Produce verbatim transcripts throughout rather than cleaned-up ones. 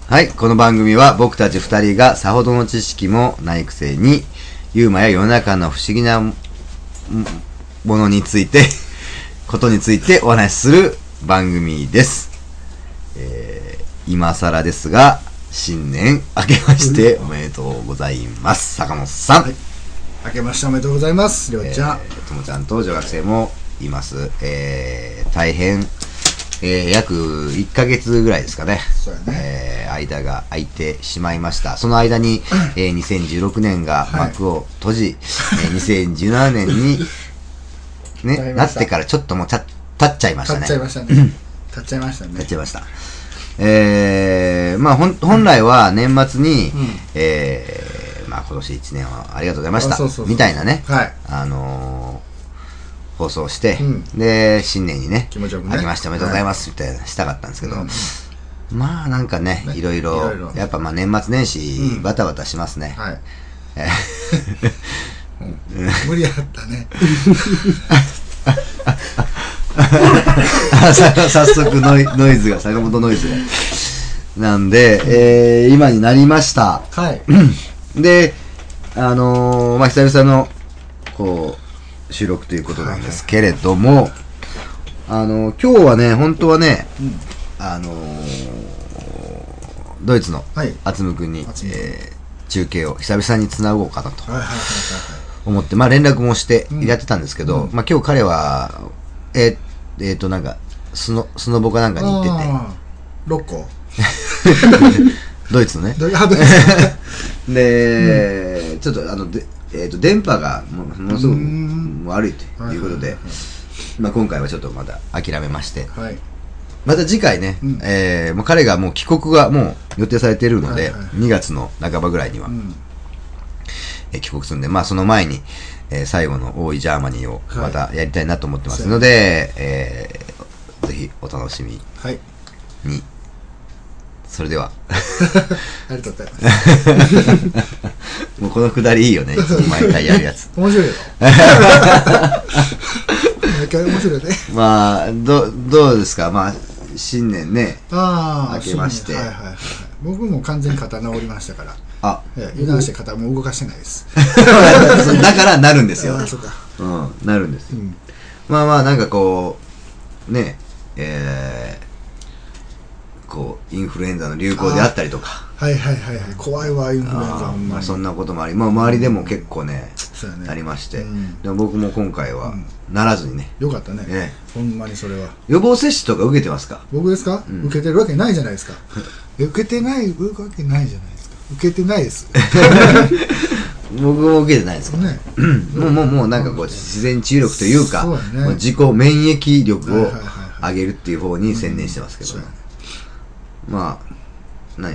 はい、この番組は僕たち二人がさほどの知識もないくせにユーマや世の中の不思議なものについてことについてお話しする番組です。えー、今更ですが新年明けましておめでとうございます。坂本さん、はい、 明けましておめでとうございます。りょうちゃん、 ともちゃんと女学生もいます。えー、大変、えー、約いっかげつぐらいですかね。 そうやね。 えー、間が空いてしまいました。その間に、えー、にせんじゅうろくねんが幕を閉じ、はい、えー、にせんじゅうななねんにねなってからちょっともうた経っちゃいましたね。 経っちゃいましたね。経っちゃいましたね。 経っちゃいました。えー、まあほん本来は年末に、うん、えー、まあ今年いちねんはありがとうございましたそうそうそうみたいなね、 はい、 あのー、放送して、うん、で新年にね、 気持ちよくね、 明けましておめでとうございます、はい、みたいなしたかったんですけど、うん、まあなんかね、ねいろいろ、いろいろやっぱまあ年末年始、うん、バタバタしますね。はい。 うん、無理やったね。 早速ノイ、ノイズが坂本ノイズがなんで、えー、今になりました。 はい。 で、あのー、まあ久々のこう収録ということなんですけれども、はいはい、あのー、今日はね本当はね、うん、あのー、ドイツのあつむくんに、はい、えー、中継を久々につなごうかなと思って、まあ連絡もしてやってたんですけど、うん、まあ今日彼はえーえーとなんかスノスノボかなんかに行っててろっこドイツのねで、うん、ちょっとあので、えーと電波がもものすごく悪いということで、まあ、今回はちょっとまだ諦めまして、はい、また次回ね、うん、えー、もう彼がもう帰国がもう予定されているので、はいはい、にがつの半ばぐらいには、うん、えー、帰国するんで、まあその前にえー、最後の大井ジャーマニーをまたやりたいなと思ってますので、はい、えー、ぜひお楽しみに、はい、それではありがとうございますもうこのくだりいいよね、いつも毎回やるやつ面白いよ毎回面白いね。 まあどどうですか、まあ新年ね、 あ明けまして、 はいはいはい、僕も完全に肩治りましたから、 あ、 油断して肩も動かしてないですだからなるんですよ。 あ、そうか、 うん、なるんですよ、うん、まあまあなんかこうねえー、こうインフルエンザの流行であったりとか、 はいはいはいはい、怖いわインフルエンザ、ほんまに、 まあ、そんなこともあり、まあ周りでも結構ね、うん、ありまして、うん、でも僕も今回はならずにね、 うん、よかったね、ね、ほんまにそれは。 予防接種とか受けてますか？ 僕ですか、うん、受けてるわけないじゃないですか受けてないわけないじゃないですか。受けてないです僕も受けてないですけどね、もうもうもうなんかこう自然治癒力というか、そうね、自己免疫力を上げるっていう方に専念してますけど、ね、うん、まあ何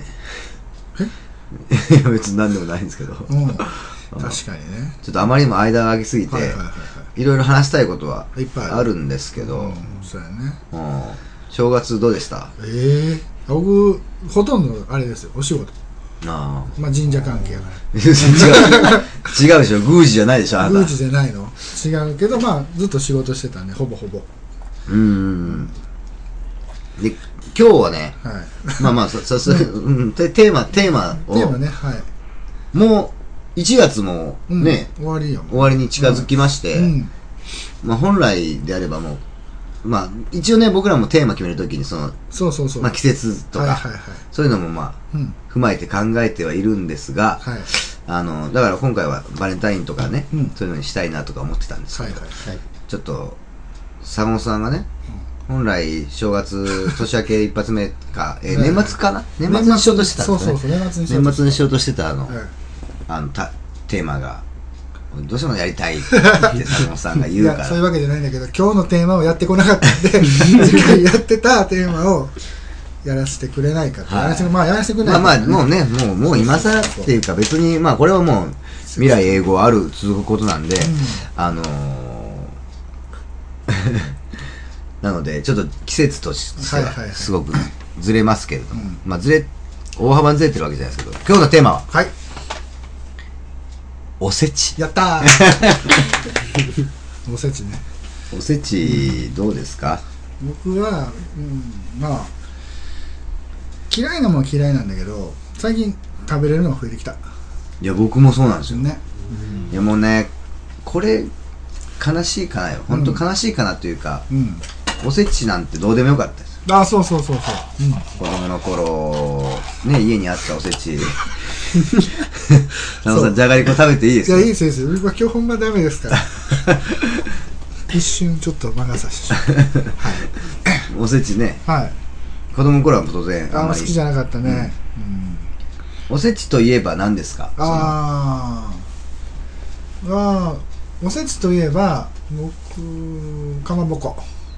え別に何でもないんですけど、うん、 確かにね、 ちょっとあまりにも間が空きすぎて、はいはいはいはい、いろいろ話したいことはあるんですけど、うん、 そうやね、 うん、正月どうでした？ ええー、僕ほとんどあれですよ、お仕事。ああ、まあ神社関係やから違う違うでしょ、宮司じゃないでしょ、あなた。 宮司じゃないの、違うけど、まあずっと仕事してたね、ほぼほぼ。 うーん、で今日はね、はい、まあまあささすがにテーマテーマをテーマね、はい、 もういちがつもね、 うん、終わりやもん、 終わりに近づきまして、うん、まあ本来であればもうまあ一応ね、僕らもテーマ決めるときにそのそうそうそう、 まあ季節とか、はいはいはい、そういうのもまあ、うん、踏まえて考えてはいるんですが、はい、あのだから今回はバレンタインとかね、うん、そういうのにしたいなとか思ってたんですけど、はいはいはい、ちょっと坂本さんがね、うん、本来正月年明け一発目か、えー、年末かな、年末にしようとしてたんですね。 そうそうそう、年末にしようとしてた、年末にしようとしてたあの、はい、あのたテーマがどうしてもやりたいって坂本さんが言うからいやそういうわけじゃないんだけど、今日のテーマをやってこなかったんで次回やってたテーマをやらせてくれないかって、はい、やらせて、まあやらせてくれないか、 ね、まあまあもうね、もうもう今更っていうか別にまあこれはもう未来永劫ある続くことなんで、うん、あのー、なのでちょっと季節としてはすごくずれますけれども、はいはいはい、まあずれ大幅にずれてるわけじゃないですけど、今日のテーマは、はい、おせち。 やったーおせちね。 おせちどうですか？ 僕は、うん、まあ嫌いなもんは嫌いなんだけど最近食べれるのが増えてきた。 いや僕もそうなんですよね。 いやもうねこれ悲しいかなよ本当悲しいかなというか、 うん、 おせちなんてどうでもよかったです。 あそうそうそうそう、うん、 子供の頃ね家にあったおせち佐野さんじゃがりこ食べていいですか。 いやいいですいいです僕は今日本番ダメですから一瞬ちょっと魔が差し、はい、 おせちね、はい、子供の頃は当然あんまり好きじゃなかったね、 うん、おせちといえば何ですか。 ああおせちといえば僕かまぼこ。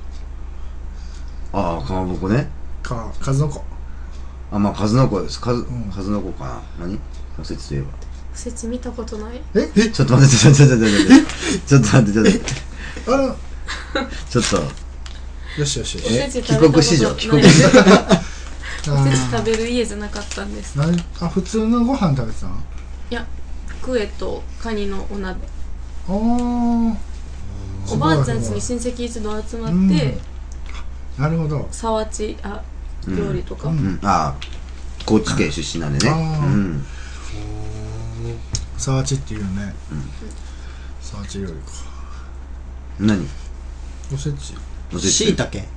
ああかまぼこね。 か数の子。あまあ数の子です。数、うん、数の子かな。何おせちといえばおせち見たことない。 ええちょっと待ってちょっと待ってちょっと待ってちょっと待ってあらちょっとよしよしよし帰国子女帰国子女おせち食べる家じゃなかったんです。 あ普通のご飯食べてたの。 いやクエとカニのお鍋。 ああおばあちゃん家に親戚一同集まって、 うん、なるほどさわちあ料理とか、 うんうん、ああ高知県出身なんでね。うんさわちっていうね、うん、さわち料理か。 何おせちおせちしいたけ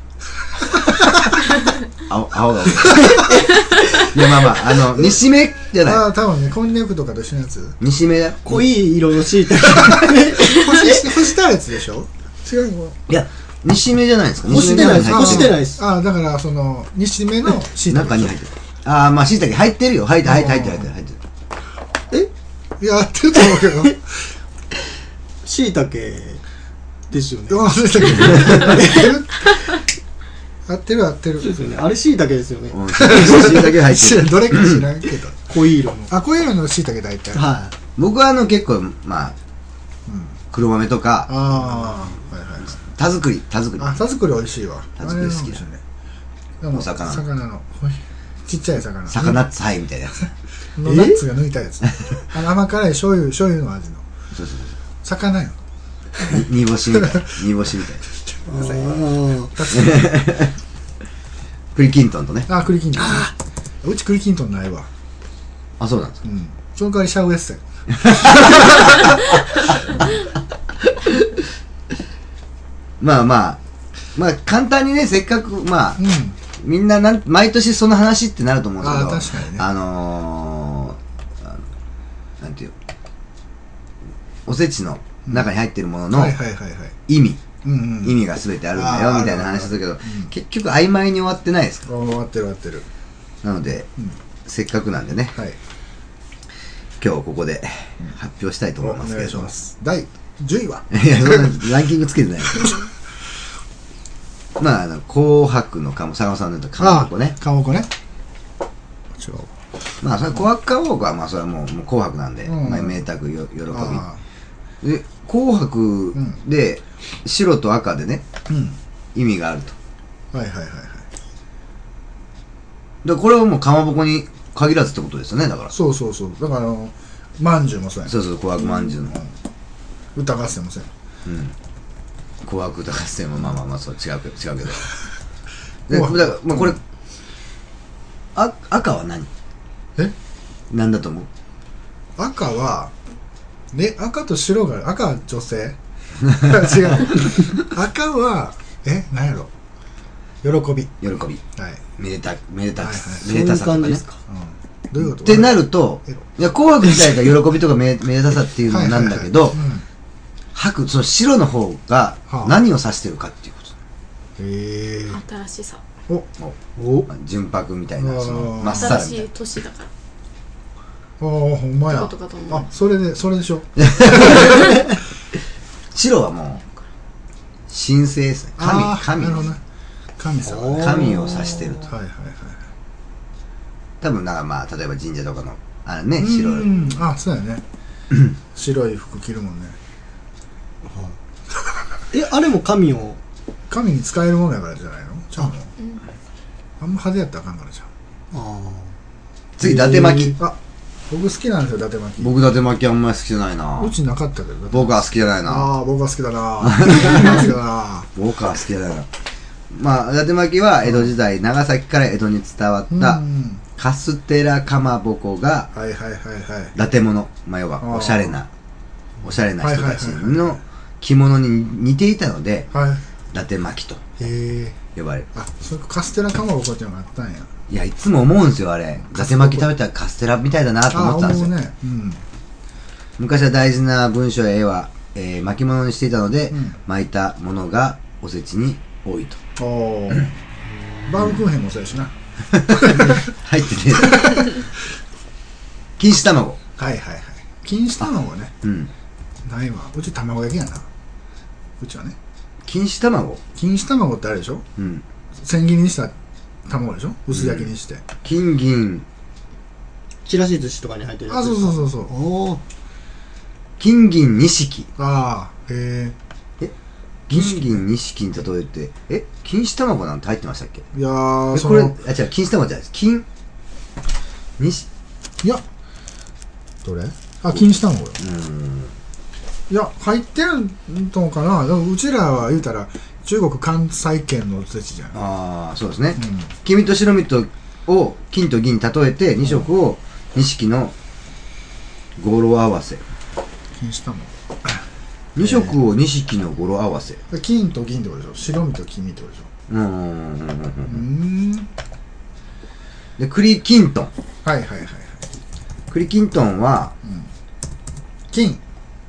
青青がいやまあまああの煮しめじゃない。 ああ多分ねこんにゃくとかと一緒のやつ煮しめだ。 濃い色のしいたけ干したやつでしょ。違うの。 いや煮しめじゃないですか。 干してないです干してないです。 ああだからその煮しめのしいたけ中に入ってる。ああまあしいたけ入ってるよ。入って入って入って入って入ってる。 えいや合ってると思うけどしいたけですよね。 忘れたけど合ってる合ってる。 そうですよね。あれしいたけですよね。 しいたけ入ってる。 どれか知らんけど濃い色の。 あ濃い色のしいたけ大体。 はい。 僕はあの結構まあ黒豆とかああはいはい田作り田作りあ田作り美味しいわ。 田作り好きだね。お魚魚のちっちゃい魚魚ッツハイみたいなやつのナッツが抜いたやつあの甘辛い醤油醤油の味のそうそうそう魚よ煮干しみたい煮干しみたいな栗きんとんとね。 あ栗きんとんうち栗きんとんないわ。 あそうなんですか。 うんその代わりシャウエッセンまあまあまあ簡単にねせっかくまあ、うん、みんななん毎年その話ってなると思うんですけど、 あ確かにねあのー、あのなんていうおせちの中に入ってるものの意味意味が全てあるんだよみたいな話だけど、うん、結局曖昧に終わってないですか。 終わってる終わってる。 なので、うん、せっかくなんでね、はい、今日ここで発表したいと思いますけど、お願いします。 だいじゅういはいやそんなランキングつけてないまあ、あの紅白のかも坂本さんの言うとかまぼこね。 かまぼこね。違う。 まあそれ紅白かまぼこはまあそれはもう、もう紅白なんで、うん、まあ明卓よ喜び。で紅白で白と赤でね、うん、意味があると。 はいはいはいはい。 でこれはもうかまぼこに限らずってことですよね。だから。 そうそうそう。だからあのまんじゅうもそうや。 そうそう紅白まんじゅうの、 うん、歌合戦もそうや。うん。 紅白歌合戦もまあまあまあそう違うけど違うけどでだからまあこれ、うん、あ赤は何え何だと思う。 赤はね赤と白が赤は女性違う赤はえ何やろ喜び喜びはいめでためでたく、はいはい、 めでたさとかね、 うん、どういうことってなるといや紅白自体が喜びとかめめでたさっていうのなんだけど、はいはいはいうん白その白の方が何を指してるかっていうこと。 へえ。 新しさ。 おお純白みたいなそのまっさらみたいな。 新しい年だから。 ああほんまや。あそれでそれでしょ。 白はもう神聖ですね。神神なるほどね。神様。 神を指してると。 はいはいはい。 多分だからまあ例えば神社とかのあれね白い。 あそうやね。白い服着るもんね。 えあれも神を神に使えるものやからじゃないの。ちゃうの、うん、あんま派手やったらあかんからじゃん。あ次伊達巻き。 あ僕好きなんですよ伊達巻き。 僕伊達巻きあんまり好きじゃないな。 うちなかったけど僕は好きじゃないな。 ああ僕は好きだな好きだな僕は好きじゃないな。 まあ、伊達巻きは江戸時代、長崎から江戸に伝わったうんカステラかまぼこがはいはいはいはい伊達物、まあ、要はおしゃれなおしゃれな人たちの着物に似ていたので、 はい伊達巻きとへえ呼ばれる。 あそういうカステラかまぼこっていうのがあったんやいや、いつも思うんですよ、あれ。伊達巻き食べたらカステラみたいだなと思ってたんですよ。 あ思うねうん昔は大事な文章や絵は、えー巻物にしていたので、 うん巻いたものがおせちに多いと。 おーバームクーヘンもそうやしな入ってね。錦糸卵。 はいはいはい錦糸卵ねうん。 ないわうち卵焼きやなうちはね錦糸卵錦糸卵ってあれでしょうん。 千切りにした卵でしょ薄焼きにして、 金銀、 ちらし寿司とかに入ってるやつあそうそうそうそうおお金銀錦。 ああへ金銀錦に例えて、え錦糸卵なんて入ってましたっけ？ えいやーえこれ、あ、 その違う、錦糸卵じゃないです。金、錦、 いやどれあ錦糸卵ようーん。 いや入ってるのかなでもうちらは言うたら中国関西圏のおせちじゃんああ、そうですね。 うん黄身と白身とを金と銀に例えてに色を錦の語呂合わせ。 錦糸卵に色を錦の語呂合わせ。 金と銀ってことでしょ白身と黄身ってことでしょうーん。 うーんで、栗きんとん。 はいはいはいはい栗きんとんは、 金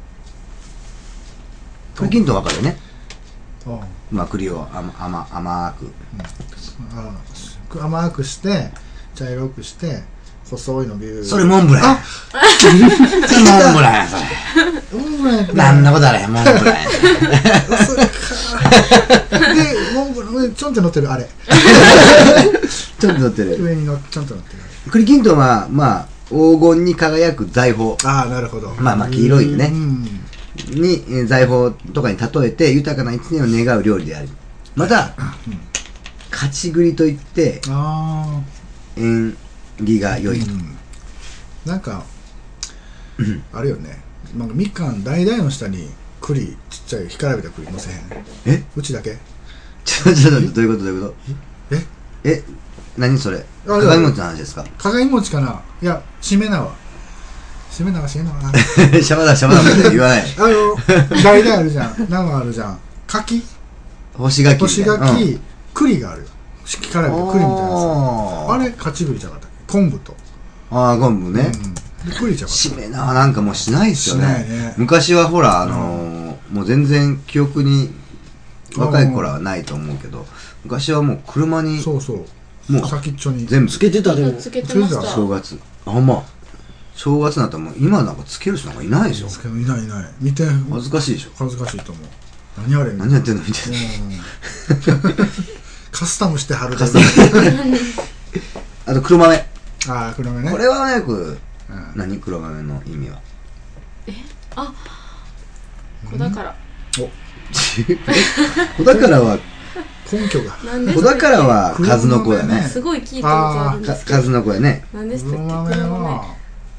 栗きんとんわかるよね。 あまあ栗を甘甘甘く。 ああ甘くして茶色くして細いのビューそれモンブランや。 あそれモンブランや、それ。 モンブランやったなんなことあれへん、モンブランや。 それかでモンブラン上にちょんって乗ってるあれちょっと乗ってる。 上にのちょんと乗ってる栗きんとんは、まあ、黄金に輝く財宝ああなるほどまあまあ黄色いよねうんに、えー財宝とかに例えて豊かな一年を願う料理である。また、勝ち栗といって、 あ縁起が良いと。 あうんなんかあれよねなんかみかん大々の下に栗ちっちゃい干からびた栗乗せへんえうちだけちょ、ちょっと、どういうことどういうことええ、何それあれ鏡餅の話ですか？ 鏡餅かないやしめ縄しめ縄しめ縄あシャバだシャバだって言わない。 の大々あるじゃん縄あるじゃん柿干し柿み干したいな。 柿、 うん栗があるよ干からびた栗みたいなやつあーあれ勝ち栗ちゃうかったっけ昆布とあー、昆布ね。 うんで栗ちゃうかっしめ縄なんかもうしないですよね。 しないね昔はほら、あのーもう全然記憶に若い頃はないと思うけど、昔はもう車にたそうそうもう先っちょに全部つけてたでもつけてました。 正月。あ、ほんま。正月になったらもう今なんかつける人なんかいないでしょ。 ですけどいないいない見て恥ずかしいでしょ。 恥ずかしいと思う何あれ何やってんのみたいな。 うんカスタムして貼るカスタムあと黒豆。 ああ黒目ねこれはね、これうん何黒豆の意味は。 子だから。 子宝は、 根拠がなんで子宝は数の子やね。 すごい聞いたことあるんでかすけど。 数の子やね。 なんでしたっけ？ 黒豆黒豆。 は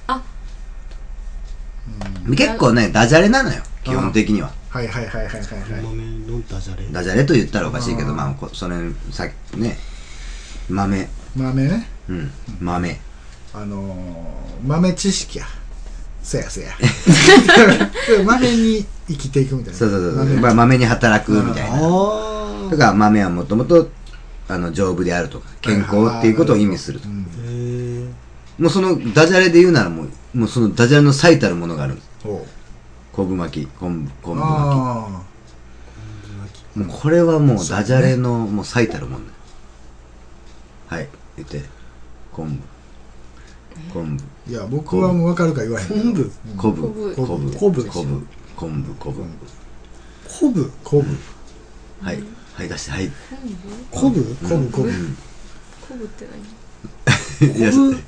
結構ね、ダジャレなのよ。基本的には。 はいはいはいはいはいはい豆のダジャレダジャレと言ったらおかしいけど、 あーまあ、こそれ、さっきね、豆。 豆ねうん。豆。 あのー、豆知識やせやせや豆に生きていくみたいなそうそうそう。 豆まあ、豆に働くみたいな。 あだから豆はもともとあの丈夫であるとか健康っていうことを意味すると。 うんへえもうそのダジャレで言うならもうもうそのダジャレの最たるものがあるんです。 おう昆布巻き昆布昆布巻あき。もうこれはもうダジャレのもう最たるものだよ。はい言って昆布昆あいや僕はもう分かるか言わへんけど昆布布昆布昆昆布昆布昆布昆布昆布昆布昆布はいはい出してはい昆布昆布昆布うん昆布って何？ いや昆布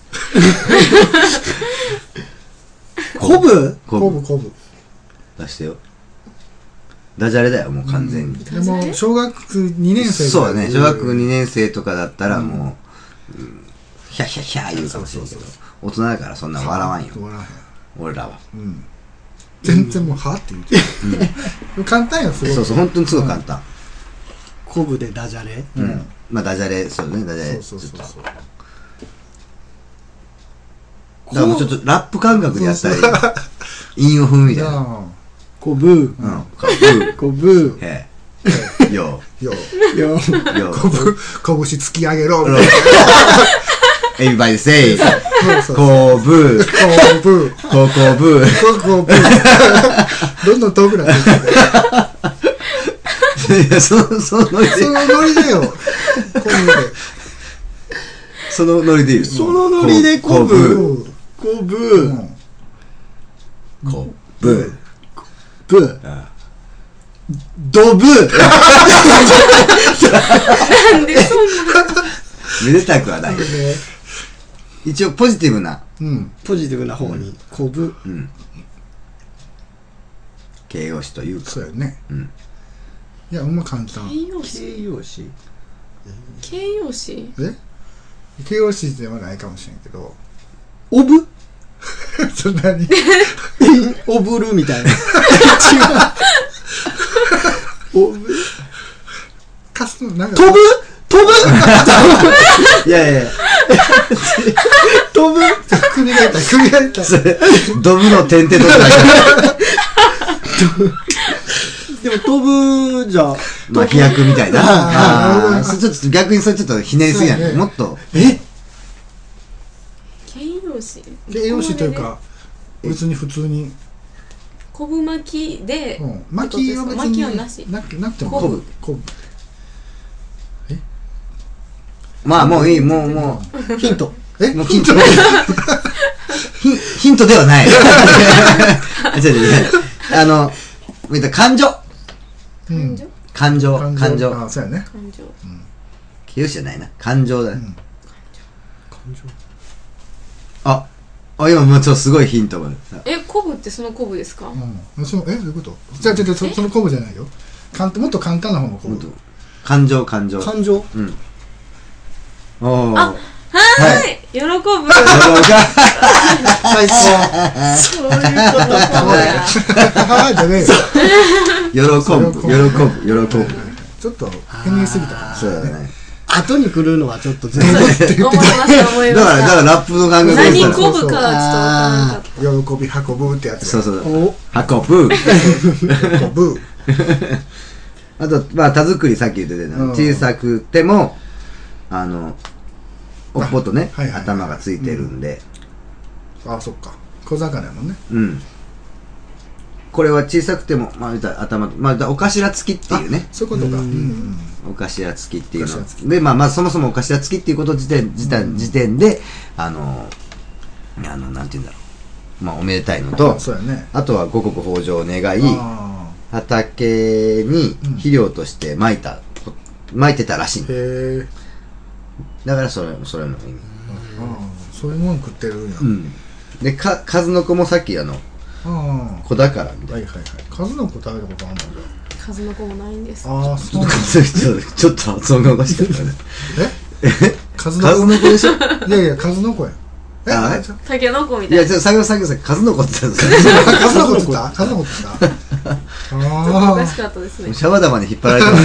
昆布昆布昆布昆布出してよ。ダジャレだよもう完全に。 でも小学にねん生そうだね小学にんねん生とかだったらもう、うんヒャヒャヒャ言うかもしれんけど大人だからそんな笑わんよ笑わへん俺らは。 うん全然もうはって言うてる簡単よすごいそうそう本当にすごい簡単。 コブでダジャレ。 うん。まあ、ダジャレ、そうね、ダジャレ。 そうそうそうそう。 だからもうちょっとラップ感覚でやったらいい。韻を踏むみたいな。 コブ。 うん。コブ。 コブ。 へえ。よ。 よ。 よ。 よ。こぶ、こぶし突き上げろ。 Everybody say. そうそう。 コブ。 こぶ。 ココブ。 こぶ。どんどん遠くなっていく。 いや、その、そのノリで。 そのノリでよ。こぶで。 そのノリで言う。 そのノリでコブ。コブ。 コブ。 ブ。ドブ。 なんでそんな。 めでたくはない。一応ポジティブな。 うん。 ポジティブな方に。コブ。 うん。形容詞というか。 そうやね。 うん。 いや、ほんま簡単。 形容詞。 形容詞。 形容詞。 え形容詞ではないかもしれんけど。 オブそんなに。 オブルみたいな。違う。オブ。 かすの、なんか。 飛ぶ飛ぶいやいやいや。 飛ぶ首が痛い、首が痛い。 ドブの点々とか。 でも飛ぶじゃ、 まあ飛躍みたいな。 ああ、 ちょっと逆にそれちょっとひねりすぎやね。もっと。 え形容詞。 形容詞というか、別に普通に。 昆布巻きで。 うん。巻きは別に。 巻きはなし。 なくなくても。 昆布。 昆布。 まあもういい、もうもう。ヒント。 えもうヒント。ヒヒントではない。違う違う違う。あの、感情。 感情感情。感情。 ああ、そうやね。 感情。 形容詞じゃないな。感情だね。 感情。 あ、あ、今もうちょっとすごいヒントが。 え、昆布ってその昆布ですか？ うん。その、え、どういうことじゃあ、じゃあ、その昆布じゃないよ。かんもっと簡単な方の昆布。 感情、感情。 感情。 うん。おー。 あ、はーい、喜ぶ。喜ぶ。 最高。そういうことか。 はぁじゃねえよ。 喜ぶ、喜ぶ、喜ぶ。 ちょっと変に過ぎたかな。 そうだね。 後に来るのはちょっと全然。 思いました、思いました。 だから、だからラップの感覚何昆布かちょっとわからなかった。 喜び、運ぶってやつ。 そうそう。 お運ぶ。 運ぶ。 あと、まあ、田作りさっき言ってたの。小さくても、あの、おっぽとね、頭がついてるんで。 ああ、そっか。小魚やもんね。 うん。これは小さくても、まあ、頭、まあ、お頭付きっていうね。 そういうことか。 お頭付きっていうの。で、まあ、まあ、そもそもお頭付きっていうこと時点、時点、時点で、あの、あの、なんて言うんだろう。まあ、おめでたいのと、 そうやね。 あとは五穀豊穣を願い、畑に肥料として撒いた、撒いてたらしい。へえ。だからそれ、それの意味。 そういうもん食ってるんや。 うん。で、か、数の子もさっきあの、子だからみたいな。 はいはいはい。数の子食べたことあるんだじゃあ。数の子もないんです。 ああ、そうなんだ。 ちょっと発音がおかしかったね。 え数の子でしょいやいや、数の子や。えタケノコみたいな。 いや、作業作業さん、数の子って言ったんですよ。数の子って言った数の子って言ったああ。おかしかったですね。 シャワ玉に引っ張られてます。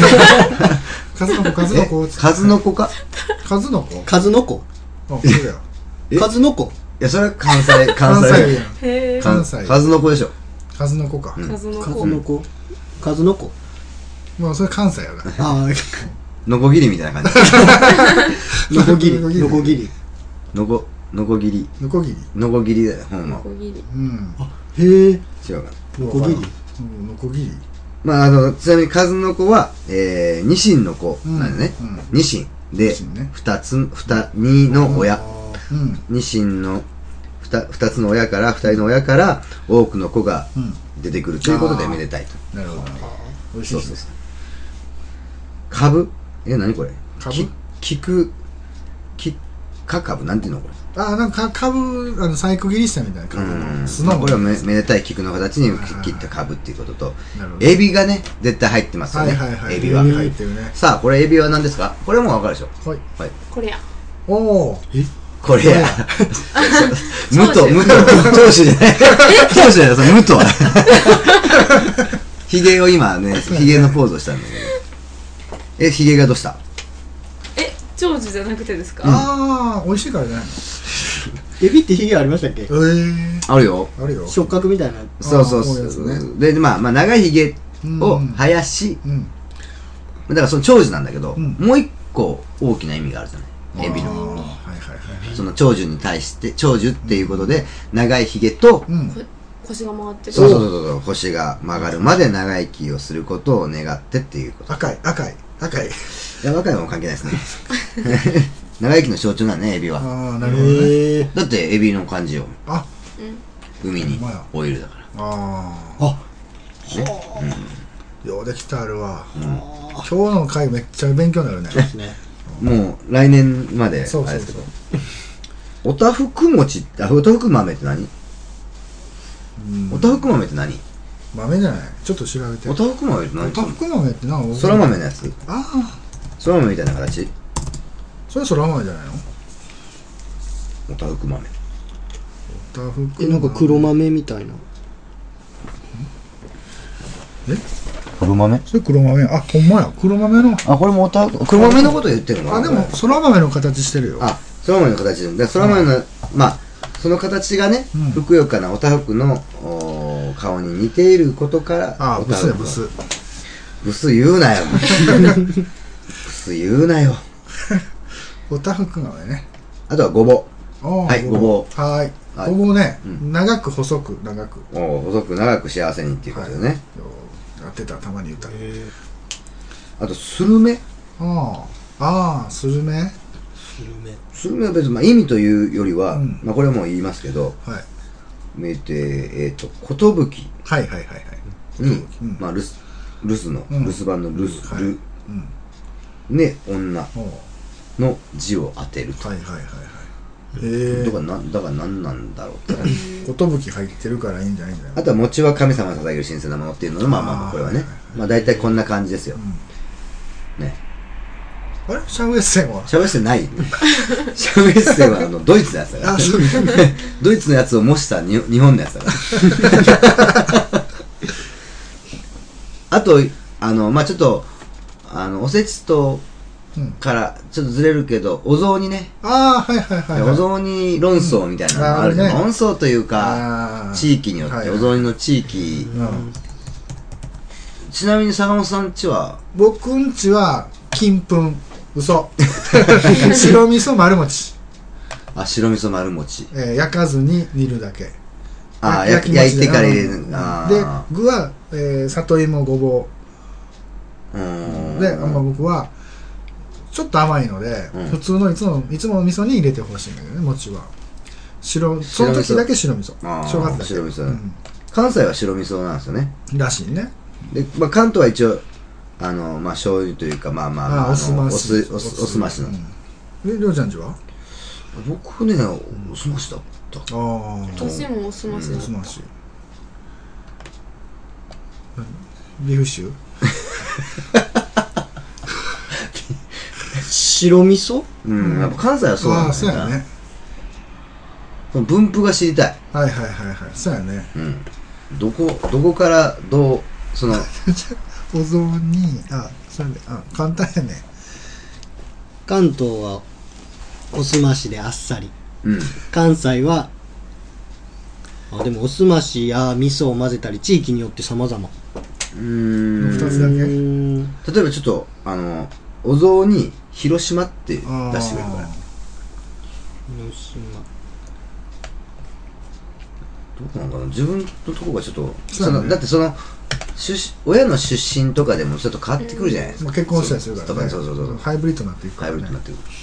数の子、数の子。 数の子か数の子数の子あ、そうだよ。 数の子いや、それは関西、関西。 へぇ関西。数の子でしょ。 数の子か。 数の子。 数の子。数の子。 まあ、それ関西やから。 ああ。 のこぎりみたいな感じ。のこぎり。のこぎり。 のこ、のこぎり。 のこぎり。 のこぎりだよ、ほんま。 のこぎり。 うん。 あ、へえ。 違うかのこぎり。 のこぎり。 まあ、あの、ちなみに数の子は、えー、ニシンの子なんでね。ニシンで、二つ、二、二の親。ニシンの二、二つの親から、二人の親から、多くの子が出てくるということでめでたいと。 なるほどね。美味しいです。 株え、何これ株きく、き、か株なんていうのこれ。 ああ、なんか株、あの、細工切りしたみたいな株の巣の。これはめめでたい菊の形に切った株っていうことと、エビがね、絶対入ってますよね。エビは。 入ってるね。 さあ、これエビは何ですか？これもわかるでしょ？ はい。 はい。 これや。 おお。 えこれや。無と、無と、当主じゃない。当主じゃない、無とは。ヒゲを今ね、ヒゲのポーズをしたんだけど。 え、ヒゲがどうした？ え、長寿じゃなくてですか？ ああ美味しいからじゃないの？ エビってヒゲありましたっけ？ えー、 あるよ。 あるよ。 触覚みたいな。 そうそうそあーこういうやつう。 ねで、まあ、まあ、長いヒゲを生やし、 うんだからその長寿なんだけど、 うんもう一個大きな意味があるじゃない。エビの。 あーはいはいはいその長寿に対して、長寿っていうことで、長いヒゲと、 うんこ腰が回ってる。 そうそうそうそう、腰が曲がるまで長生きをすることを願ってっていうこと。 赤い赤い赤いいや、若いのも関係ないですね。長生きの象徴なんね、エビは。 ああなるほどねへえ。 だって、エビの漢字よ。 あ海にほんまやオイルだから。 ああ、 あようできてあるわうん今日の回めっちゃ勉強になるねですね。 もう、来年まで、あれそうそうですけどそう。 おたふく餅って、あ、おたふく豆って何？ うんおたふく豆って何？ 豆じゃないちょっと調べておたふく豆って何？ おたふく豆って何？ そら豆のやつ？ ああそら豆みたいな形？ それそら豆じゃないの？ おたふく豆。 おたふくえ、なんか黒豆みたいな。 黒豆？ それ黒豆あほんまや黒豆のあ、これもおたふく、黒豆のこと言ってるのかな？ あでもそら豆の形してるよあ、そら豆の形で、でそら豆の、まあ、その形がね、 うんふくよかなおたふくのおー顔に似ていることから、 あブおたふくスやブスブス言うなよ。ブス言うなよ。 おたふく豆ねあとはごぼあーはいごぼうはいはいごぼうねうん長く細く長くう。おー細く長く幸せにっていうことでね。 ようやってたたまに言ったあと、スルメ。 ああああスルメはいスルメ。 スルメは別に、まあ、意味というよりは、 うんまあ、これはもう言いますけど、えっと、えーと、ことぶきはいはいはいはいに、 うんまあ、留守、留守の、 うん留守番の留守、 はい留うんね、女おうの字を当てると。 はいはいはいはいへだからなんだから何なんだろうって。 えことぶき入ってるからいいんじゃないんだよあとは餅は神様に捧げる神聖なものっていうのの、まあまあまあこれはねあーはいはいはいまあ大体こんな感じですよ、ね。 あれシャウエッセンはシャウエッセンないシャウエッセンはあのドイツのやつだからあそうドイツのやつを模したに日本のやつだからあとあのまあちょっとあのおせちとうんからちょっとずれるけどお雑煮ね、 ああはいはいはいはいお雑煮論争みたいなのがあるじゃん、 うんあるね論争というかあー地域によって、 はいはいお雑煮の地域、 うんちなみに坂本さんちは僕んちは金粉嘘白味噌丸餅、 あ白味噌丸餅えー焼かずに煮るだけあーや焼焼いてから入れるうんあでー具は、えー里芋ごぼうーうんで、まあ、僕はちょっと甘いので、 うん普通のいつもいつもの味噌に入れてほしいんだけどね餅は白その時だけ白味噌あー正月だけ白味噌うん関西は白味噌なんですよねらしいねで、まあ、関東は一応あのまあ醤油というかまあまあまああーおすましお酢お酢おすましの、 うんえりょうちゃんちは僕ねおすましだったああ私もおすましだったおすましビーフシチュー白味噌。 うん、やっぱ関西はそうなんああそうだよな、 やねその分布が知りたいはいはいはいはいそうやねうんどこどこからどうそのお雑煮あそれであ簡単やね関東はおすましであっさり。 うん関西はあでもおすましや味噌を混ぜたり地域によって様々。 うーん二つだけうーん例えばちょっとあのお雑煮広島って出してくれるから広島。 どうなんかな自分のとこがちょっとそうやねそのだってその出身親の出身とかでもちょっと変わってくるじゃないですか、 まあ、結婚したりするからねそうそうそうそうハイブリッドになっていくかハイらねブリッドになってる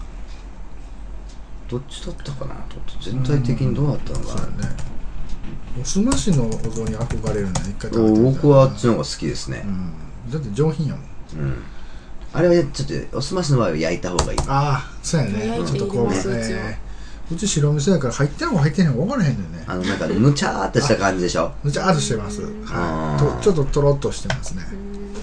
どっちだったかなちょっと全体的にどうだったのかな、 そうやねおすましのお雑煮憧れるね一回食べてみたいな僕はあっちの方が好きですねうんだって上品やもんうん、あれはちょっとおすましの場合は焼いた方がいいああそうやね焼いてちょっとこう入れますうちはねうち白味噌やから入ってんのか入ってんのか分からへんのよねあのなんかぬちゃーっとした感じでしょむちゃーっとしてますあーはいとちょっととろっとしてますね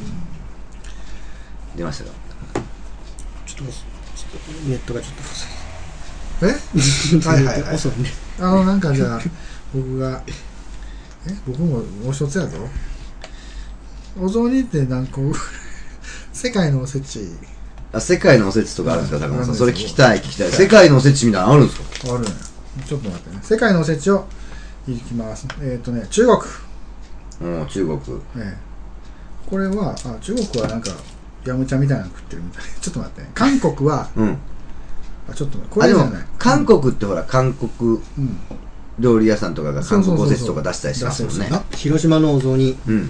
出ましたかちょっとネットがちょっと遅い。 えはいはいはい遅いね。 あのなんかじゃあ僕がえ僕ももう一つやぞお雑煮って何個世界のおせちあ、世界のおせちとかあるんですか、高本さん。それ聞きたい、聞きたい。 はい世界のおせちみたいなのあるんですか？ あるのよ。ちょっと待ってね。世界のおせちをいきます。えっ、ー、とね、中国。 うん、中国。 ええ、これは、あ、中国はなんか、ヤムチャみたいなの食ってるみたい。ちょっと待ってね。韓国は、 うん。 あ、ちょっと待って、こあ、でもれじゃない。、 韓国ってほら、韓国うん。 料理屋さんとかが韓国おせちとか出したりしますもんね。 あ、広島のお雑煮、 うん。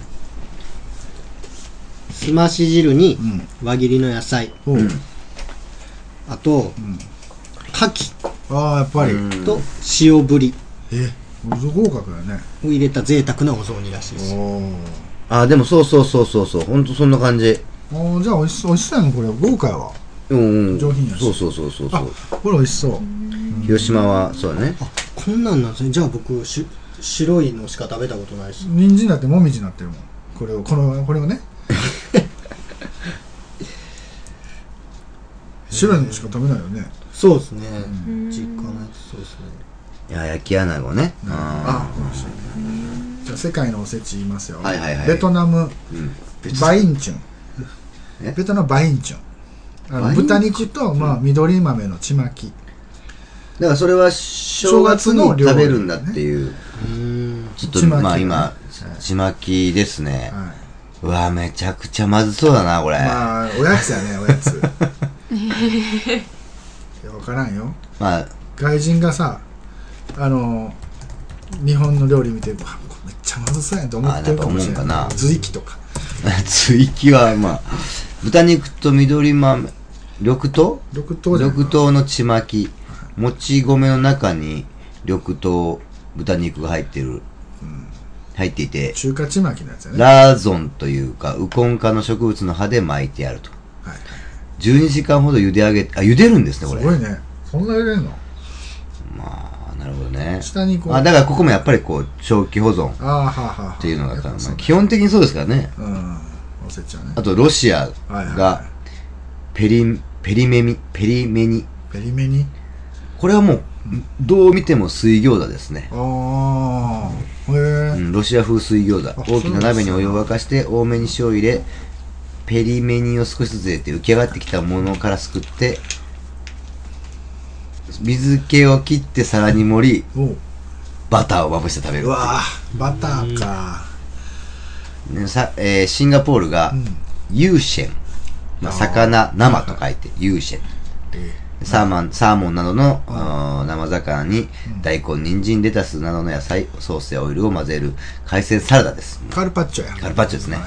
すまし汁にうん。 輪切りの野菜、 おう。 うん。 あとうん。 牡蠣ああ、やっぱり。 うんと塩ぶりえ、合格だね。 を入れた贅沢なお雑煮らしいです。 おー。 あ、でもそうそうそうそうそう。ほんとそんな感じ。 あー、じゃあ、おいしそう、おいしそうやね、これ。豪華やわ。 うんうん。 上品やしそうそうそうそうそあう。、 これ美味しそう。 広島は、そうだね。 あ、こんなんなんですね。じゃあ僕し白いのしか食べたことないです。 人参だってもみじになってるもん。これを、この、これをね。白いのしか食べないよね。 そうですね。 ん実家のやつそうですね。 いや、焼き穴子ね。うん。 あ、美味しい。じゃあ、世界のおせち言いますよ。 はいはいはいベトナム、 うん。 バインチュン。 えベトナムバインチュン。あのバインチュン豚肉と、まあ、緑豆のちまき。 だからそれは正月に食べるんだっていう。 うーん。 ちょっと、 ちまきまあ今は、 ちまきですね。 はうわ、めちゃくちゃまずそうだな、これ。 い。まあ、おやつやね、おやつ。いや、わからんよ。 まあ、 外人がさ、あの、日本の料理見て、わこれめっちゃまずそうやんと思ってるかもしれない。 あやっぱ思うんかな随気とか。 追記は、まあ、豚肉と緑豆、緑豆緑豆じゃない緑豆のちまき、もち米の中に緑豆、豚肉が入ってる、入っていて、 中華ちまきのやつやね。 ラーゾンというか、ウコン科の植物の葉で巻いてあると。 はい。 じゅうにじかんほど茹で上げ、あ、茹でるんですね、これ。 すごいね。そんな入れんの？ まあ、なるほどね。 下にこう。 あ、だからここもやっぱりこう、長期保存っああ、はあはあはあ。 ていうのが、まあ、 やっぱそう基本的にそうですからね。 うん。おせちはね。 あと、ロシアはいはいはが、ペリ、ペリメミ、ペリメニ。 い。ペリメニ。 これはもう、どう見ても水餃子ですね。 ああ。へえ。 うん、ロシア風水餃子。 あ大きな鍋にお湯を沸かして、多めに塩を入れ、ペリメニを少しずつ入れて浮き上がってきたものからすくって、水気を切って皿に盛り、 おう。 バターをまぶして食べる。 うわぁ、バターか。 ねさえーシンガポールがうん。 ユーシェン、まあ、 あー魚、生と書いてユーシェン。 えサーモン、サーモンなどの、あー生魚に大根、人参、レタスなどの野菜、ソースやオイルを混ぜる海鮮サラダです。 ーカルパッチョや。 カルパッチョですね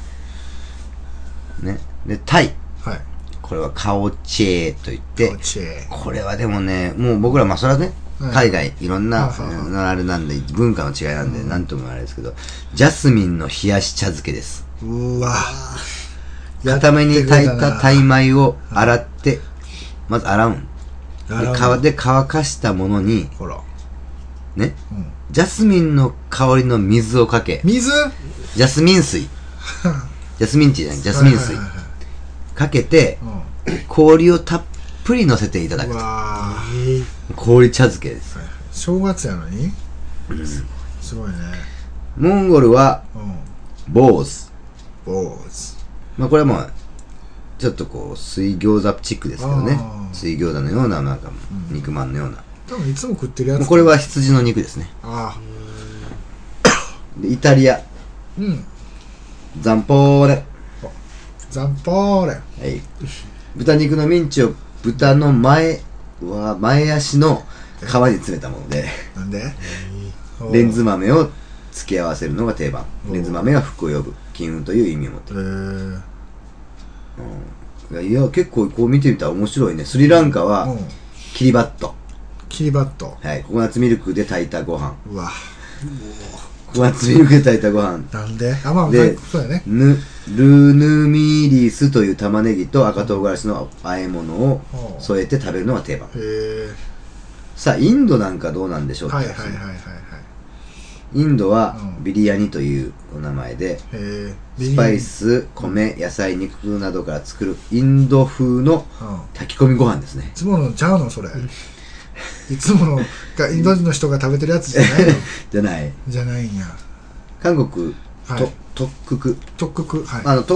はいね。で、タイ。 はい。 これはカオチェーといってカオチェー、 これはでもね、もう僕ら、まあそれはね、 はい海外、いろんな、 はいはいはいうんあれなんで、文化の違いなんで、なんともあれですけど、ジャスミンの冷やし茶漬けです。 うーわ固めに炊いたタイイ米を洗って、まず洗うん。で、 洗う皮で乾かしたものに、 ほら。 ね、 うん。 ジャスミンの香りの水をかけ、 水ジャスミン水、ジャスミンティーじゃない、ジャスミン水はいはいはいかけて、 はい氷をたっぷり乗せていただうん。うくと。 わ氷茶漬けです。 ー正月やのにすごいね。 モンゴルは、 うん。 ボーズ。 坊主。 まあこれはもう、ちょっとこう、水餃子チックですけどねあ。ー水餃子のような、なんか、肉まんのような。 多分いつも食ってるやつ。 もうこれは羊の肉ですね。 あでイタリア、 あ。うん。 ザンポーレ。 ザンポーレ。 はい。豚肉のミンチを豚の前は、前足の皮に詰めたもので、 なんでレンズ豆を付け合わせるのが定番。 おレンズ豆は福を呼ぶ、金運という意味を持ってえる。 ー。 いや、いや結構こう見てみたら面白いね。スリランカはうん。 キリバット。 キリバット。 はい。ココナッツミルクで炊いたご飯。 うわ。 ココナッツミルクで炊いたご飯。 なんであ、まあ、 でそうやね。 ぬ、ルヌミリスという玉ねぎと赤唐辛子の和え物を添えて食べるのが定番。 へえ。 さあ、インドなんかどうなんでしょうか。 はいはいはいはいはい。 インドはうんビリヤニというお名前で、 へえ。 スパイス、米、野菜、肉などから作るインド風のうん。 炊き込みご飯ですねい。つものちゃうのそれ。いつものがインド人の人が食べてるやつじゃないのじゃない。 じゃないんや。 韓国、 はいと、特クク。 特区はい。 あの、特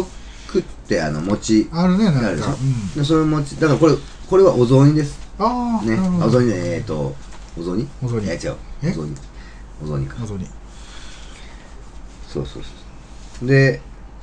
クってあの餅あるね、なんか。 あるでしょ、 うん。 でその餅だからこれこれはお雑煮ですああ、 ね。 なるほど。 お雑煮ね、えっ、ー、とお雑煮お雑煮いや違うえお雑煮お雑煮かお雑煮。 そうそうそうで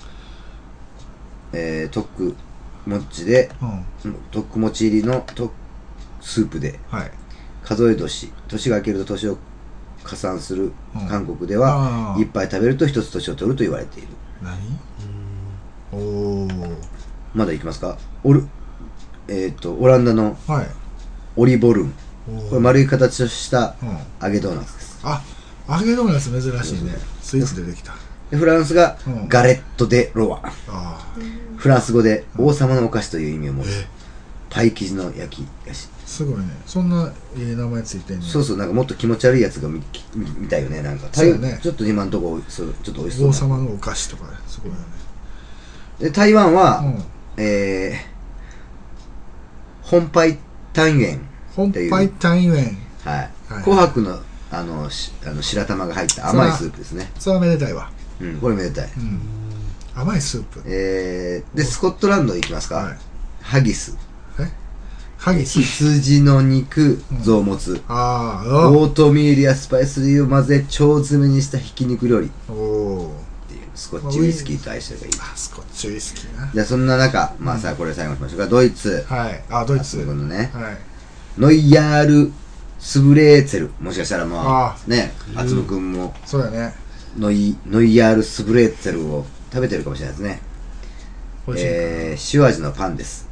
えー、特餅でうん。 特餅入りの特スープではい。 数え年年が明けると年を加算するうん韓国では、 あーいっぱい食べると一つ年を取ると言われている。 何おー。 まだいきますか。オルえっ、ー、とオランダのはい。 オリボルン、 おーこれ丸い形をしたうん。 揚げドーナツです。 あ、揚げドーナツ珍しいね。スイーツでできた。 でフランスがうんガレット・デ・ロワ、 あフランス語で王様のお菓子という意味を持あ。 つえ、 パイ生地の焼き菓子。 すごいね。そんないい名前ついてんね。 そうそう、なんかもっと気持ち悪いやつが見見見たいよね。なんかそうだねちょっと今のところそうちょっと美味しそう王な。 様のお菓子とかね。すごいよね。 で台湾は、 うん。 えー、本杯単元、 本杯単元。 はいはい紅白のあのしあの白玉が入った甘いスープですね。 それはめでたいわ。 うん、これめでたい。 うん。甘いスープ。 えー、でスコットランド行きますか。 はい。 ハギス、 えハギス。 羊の肉、臓物、 ああ、 オートミールやスパイス類を混ぜ腸詰めにしたひき肉料理っおおていうスコッチウイスキーと相性がいい。 ー。あ、スコッチウイスキーな。 じゃあそんな中、まあさ、これ最後にしましょうか。ドイツ、 はい。あ、ドイツ。 そういうことね。 はい。 ノイヤール・スブレーツェル、もしかしたらまああね、厚野くんもそうだね。 ノイノイヤール・スブレーツェルを食べてるかもしれないですね。 美味しいかな。 えー、塩味のパンです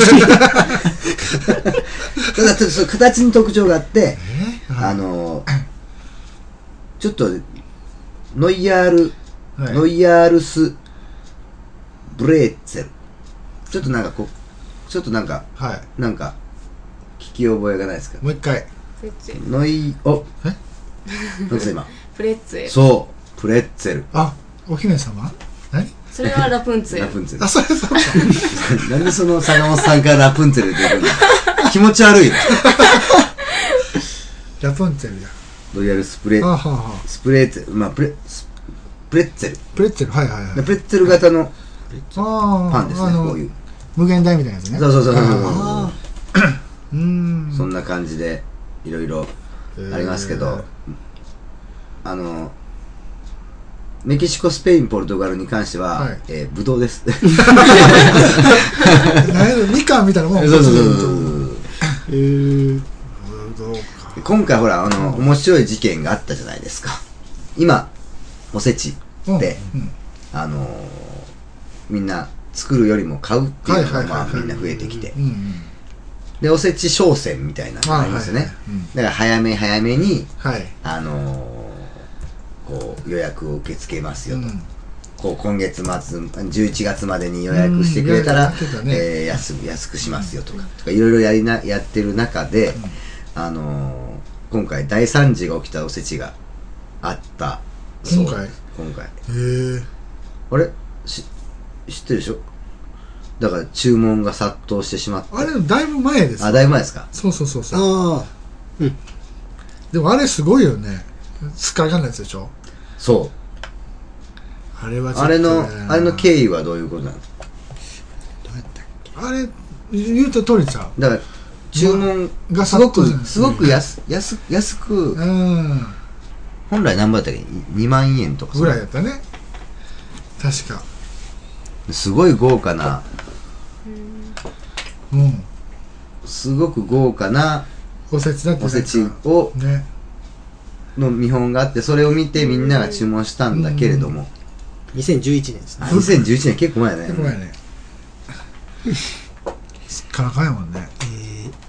ただちょっとその形に特徴があって、 えはいあのー、ちょっとノイヤール、 はいノイヤールスブレーツェル、ちょっとなんかこうちょっとなんかはい。 なんか聞き覚えがないですか。 もう一回。 プレッツェルノイおえなんです今プレッツェルそうプレッツェルあ、お姫様何それはラプンツェルあ、 ラプンツェルそれそうか。 なんでその坂本さんからラプンツェル出てくるの気持ち悪いな。 ラプンツェルや。 ロイヤルスプレあはあはあ。 スプレーツェル、まあプレスプレッツェルプレッツェル、はいはいはい。 プレッツェル型のああ、 パンですね。 あのこういう無限大みたいなやつね。 そうそうそうそうそうあーうーん。 そんな感じでいろいろありますけど、あのメキシコ、スペイン、ポルトガルに関しては、 はいえー、ブドウです何やろみかんみたいなもん。 そうそうそうそうえー、どうか。 今回ほらあの、面白い事件があったじゃないですか。今おせちうんで、 うんあのー、みんな作るよりも買うっていうのがまあみんな増えてきて、 うんうん。 でおせち商戦みたいなのがありますよね、 あはいはいうんだから早め早めにはい。 あのーこう予約を受け付けますよと、 うんこう今月末じゅういちがつまでに予約してくれたら、 うんやってたねえー安安くしますよとか、とかいろいろやりなやってる中で、あのー今回大惨事が起きたおせちがあったそう今回今回へえ。 あれし知ってるでしょ。だから注文が殺到してしまってあれ、だいぶ前です。 あだいぶ前ですか。 そうそうそうそう。 ああでもあれすごいよね。使いかんないやつでしょ。 そうあれはちょっとあれのあれの緯経緯はどういうことなの。 どうやったっけ。 あれ、言うと通りちゃう。 だから注文がすごく殺到じゃないすごく安安安くうん。 本来何倍だったっけにまんえんとかぐらいやったね。確か。 すごい豪華なうん。 すごく豪華なおせちだっておせちをね。 の見本があってそれを見てみんなが注文したんだけれども、 にせんじゅういちねんですね。 あにせんじゅういちねん結構前だね。 結構前ね。すっからかんやもんね。 えー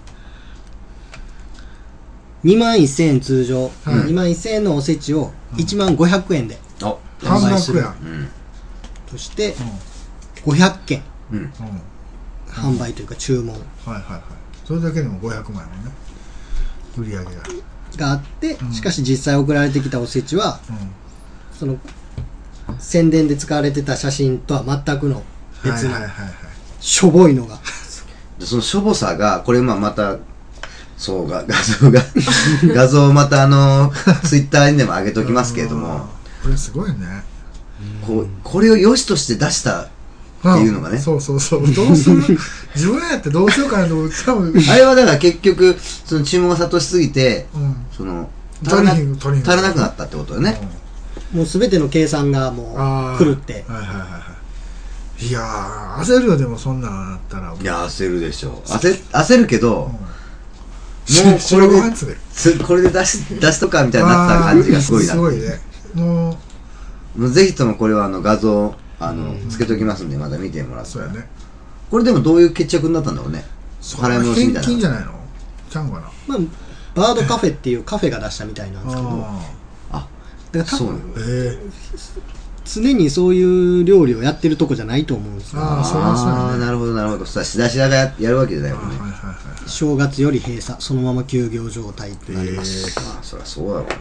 にまんせんえん通常、 はいにまんせんえんのおせちをいちまんごひゃくえんであ半販売する額や。 うんとしてうごひゃっけんうんん。うん。 販売というか注文はいはいはい。それだけでもごひゃくまんやもんね。売り上げが。 があって、 うんしかし実際送られてきたおせちはうん。 その宣伝で使われてた写真とは全くの別のはいはいはいはい。 しょぼいのがでそのしょぼさがこれまあまたそうが画像が画像をまたあのツイッターにでも上げときますけれども、 これすごいね。 こうこれを良しとして出したいうのがね、 そうそうそうどうする自分やってどうしようかなと思って多分あれはだから結局その注文が殺到しすぎて、 うん、 その足らな取りに取りに足らなくなったってことよね、 もう全ての計算がもう狂って、 はいはいはいはいいやー焦るよ。でもそんなんあったらいや焦るでしょ。焦焦るけど、うん、もうこれでこれで出し出しとかみたいになった感じがすごいな。 すごいね。もうもうぜひともこれはあの画像あの、うん、つけときますんでまた見てもらって。 そうやね。 これでもどういう決着になったんだろうね。 払い戻しみたいな。返金じゃないの？ちゃうかな。 まあバードカフェっていうカフェが出したみたいなんですけど、 あ、 だからそうなの。 えー常にそういう料理をやってるとこじゃないと思うんですよ。 ああ、そうなんですね。 ああ、なるほどなるほど。さ仕出し屋が や, やるわけじゃないもんね。 はいはいはい、 正月より閉鎖、そのまま休業状態となります。 えー、まあそりゃそうだろうね。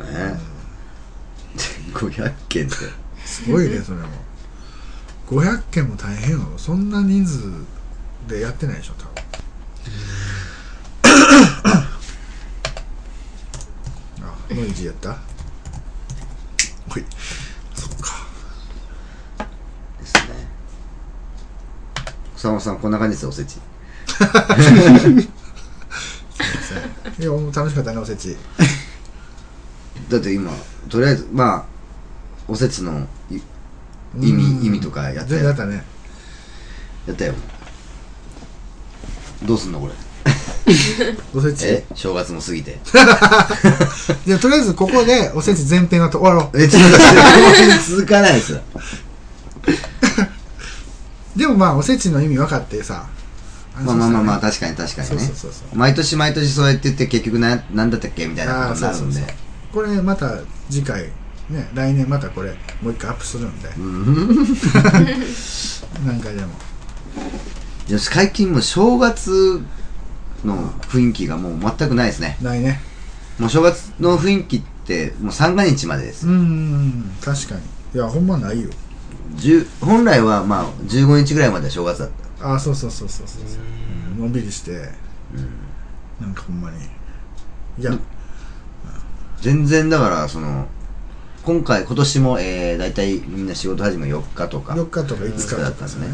ごひゃっけんってすごいね。それもごひゃっけんも大変よ。そんな人数でやってないでしょ多分。あ、ノイジーやった。ほい、そっかですね。草間さんこんな感じですよ、おせち。すみません。いや、もう楽しかったね、おせち。 だって今とりあえずまあおせちの意味意味とかやったよ。 やったね。 やったよ。どうすんのこれ。 おせちえ正月も過ぎてじゃあとりあえずここでおせち前編は終わろう。 えちょっと待って続かないですよ。 でもまあおせちの意味分かってさ、 まあまあまあまあ確かに確かにね。 そうそうそうそう、 毎年毎年そうやって言って結局な何だったっけみたいなことになるんで、 そうそうそう、これまた次回ね、来年またこれもう一回アップするんで何回でも。 いや最近もう正月の雰囲気がもう全くないですね。 ないね。 もう正月の雰囲気ってもう三が日までです。 うんうんうん確かに。いやほんまないよ。 本来はまあじゅうごにちぐらいまでは正月だった。 ああそうそうそうそうそうそう、のんびりして、うん、なんかほんまにいや、うん、 全然だからその今回今年も、えー、だいたいみんな仕事始めよっかとかよっかとかいつかだったんですね、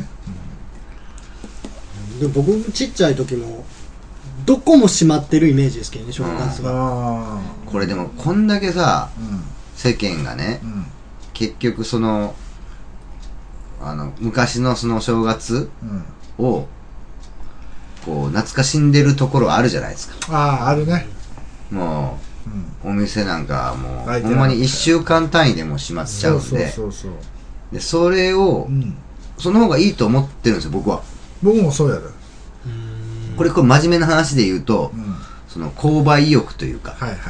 うん、でも僕ちっちゃい時もどこも閉まってるイメージですけどね、正月は、 うん、これでもこんだけさ、うん、世間がね、うん、結局そのあの昔のその正月をこう懐かしんでるところあるじゃないですか。 あああるね。 もう、うん、お店なんかもうほんまにいっしゅうかん単位でも閉まっちゃうんで、 そうそうそうそう、 でそれを、うん、その方がいいと思ってるんですよ僕は。 僕もそうやる。 これこれ真面目な話で言うと、うん、その購買意欲というか、 はいはいはい、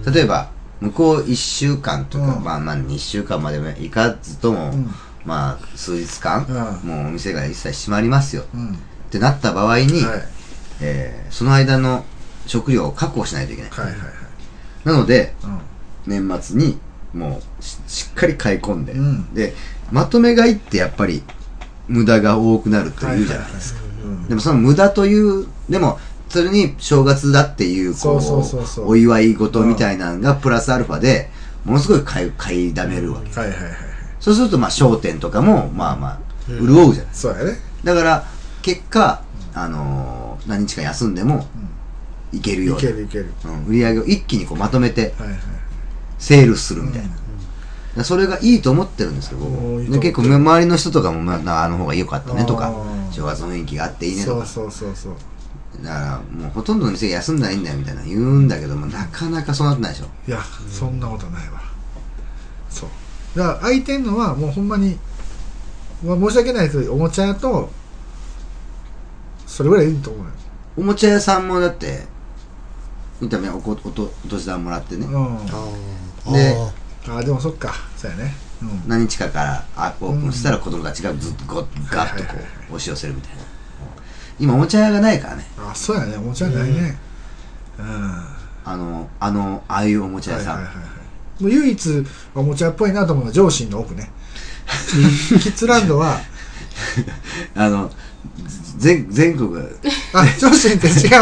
例えば向こういっしゅうかんとか、うん、まあまあにしゅうかんまでいかずとも、うん、まあ数日間、うん、もうお店が一切閉まりますよ、うん、ってなった場合に、はい、えー、その間の食料を確保しないといけない、はいはいはい、なので、うん、年末にもう し, しっかり買い込んで、うん、でまとめ買いってやっぱり無駄が多くなるというじゃないですか。でもその無駄というでもそれに正月だっていうこうお祝い事みたいなのがプラスアルファでものすごい買い買いだめるわけ、うん、はいはいはい、そうするとまあ商店とかもまあまあ潤うじゃない、うん、 そうやね。 だから結果、あのー、何日か休んでもいけるような、いけるいける、うん、売り上げを一気にこうまとめてセールするみたいな、うん、それがいいと思ってるんですけど、で結構周りの人とかも、まあ、あの方が良かったねとか正月の雰囲気があっていいねとか、 そうそうそうそう、 だからもうほとんどの店が休んだらいいんだよみたいな言うんだけども、なかなかそうなってないでしょ。 いや、うん、そんなことないわ。そうだから空いてんのはもうほんまに、まあ、申し訳ないけどおもちゃ屋とそれぐらいいいと思うよ。 おもちゃ屋さんもだって見た目おこおとお年玉もらってね、うん、でああでもそっか、そうやね、うん、 何日かからオープンしたら子供たちがずっとガッとこう押し寄せるみたいな。今おもちゃ屋がないからね。 あ、そうやね、おもちゃ屋ないね、うん、 あのあのああいうおもちゃ屋さん、はいはいはいはい、 もう唯一おもちゃっぽいなと思うのは上信の奥ねキッズランドはあの全全国あ、上信って違う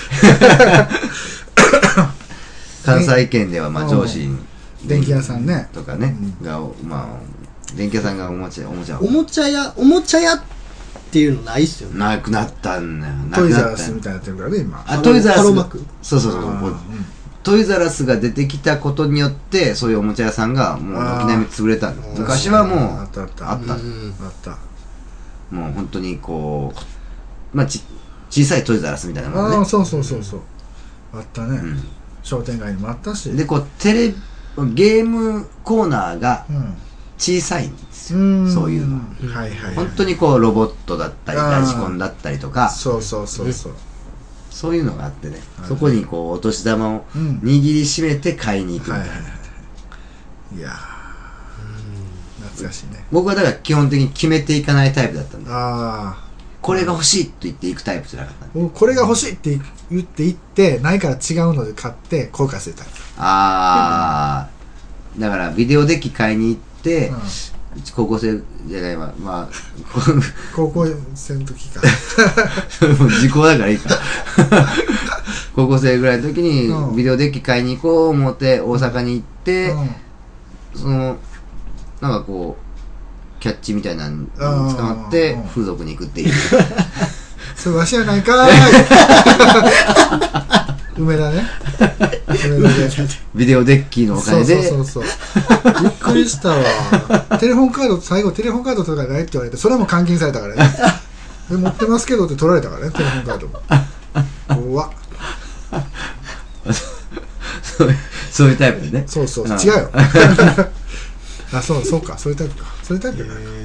関西圏ではまあ上信電気屋さんねとかね、うん、がまあ電気屋さんがおもちゃおもちゃおもちゃ屋おもちゃ屋っっていうのないっすよね。 なくなったんだよ。なトイザくなったラスみたいになってるからね今。 あ、トイザラスがハロマクそうそうそうあーこうトイザラスが出てきたことによってそういうおもちゃ屋さんがもう軒並み潰れたんだ。 うん昔はもうあったあったあったうんあった。 もう本当にこうまあち小さいトイザラスみたいなもんね。 ああそうそうそうそうあったね、 うん商店街にもあったし。 でこうテレゲームコーナーがうん小さいんですよ、 うんそういうのはいはい、はい、 本当にこうロボットだったりあーラジコンだったりとかそうそうそうそう、 そういうのがあってね、 はいそこにこうお年玉をうん握りしめて買いに行くみたいな、 はいはいはいいやー懐かしいね。 僕はだから基本的に決めていかないタイプだったんでああこれが欲しいと言っていくタイプじゃなかったんでもうこれが欲しいって言って言ってないから違うので買って後悔するタイああだからビデオデッキ買いに行って、 プ、うん、 高校生じゃないわまあ高校生の時かもう時効だからいいか高校生ぐらいの時にうんビデオデッキ買いに行こう思って大阪に行って、 うんそのなんかこうキャッチみたいなのに捕まってうん風俗に行くっていうそれわしやないかーい梅田ね梅田でビデオデッキのお金でそうそうそうそうびっくりしたわテレホンカード最後テレホンカードとかないって言われてそれも監禁されたからねで持ってますけどって取られたからねテレホンカードも怖っそうそういうタイプでねそうそう、 うん違うよあそうそうかそういうタイプかそういうタイプじゃないか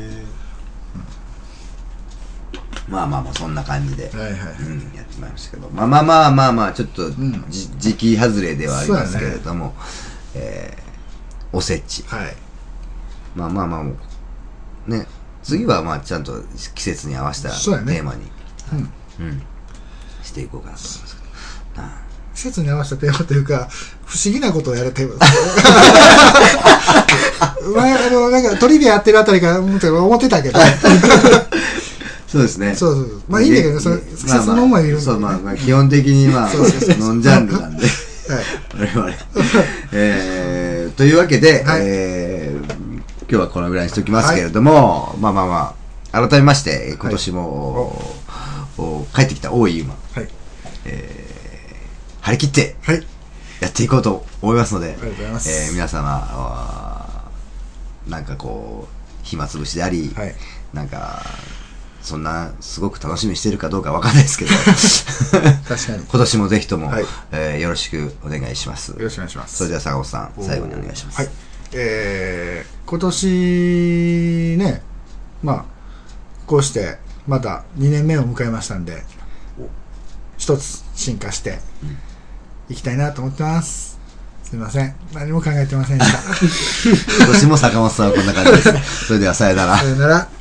まあまあまあそんな感じで、 はいはいはい、 うん、やってまいりましたけどまあまあまあまあまあちょっと、 んじ時期外れではありますけれども、えーおせちはいまあまあまあもうね次はまあちゃんと季節に合わせたそうやねテーマにうんうんしていこうかなと思いますけどなあ季節に合わせたテーマというか不思議なことをやるテーマです前あのなんかトリビアやってるあたりから思って思ってたけどそうですねそうそうそうまあいいんだけどそれ季節のままいるんだそうよねまあまあ基本的にまあそうそうそうノンジャンルなんではい我々えーというわけで、 はいえー今日はこのぐらいにしておきますけれども、まあまあまあ改めまして今年も、お帰ってきた大井馬、 はいえー張り切ってはいやっていこうと思いますので、 ありがとうございますえー皆様あーなんかこう暇つぶしであり、 はいなんかそんなすごく楽しみにしてるかどうかわかんないですけど確かに今年もぜひとも、 はいえーよろしくお願いします。 よろしくお願いしますそれでは坂本さん最後にお願いします。 はいえー、今年ねまあこうしてまたにねんめを迎えましたんで一つ進化していきたいなと思ってます。すみません何も考えてませんでした今年も坂本さんはこんな感じです。それではさよなら。 さよなら。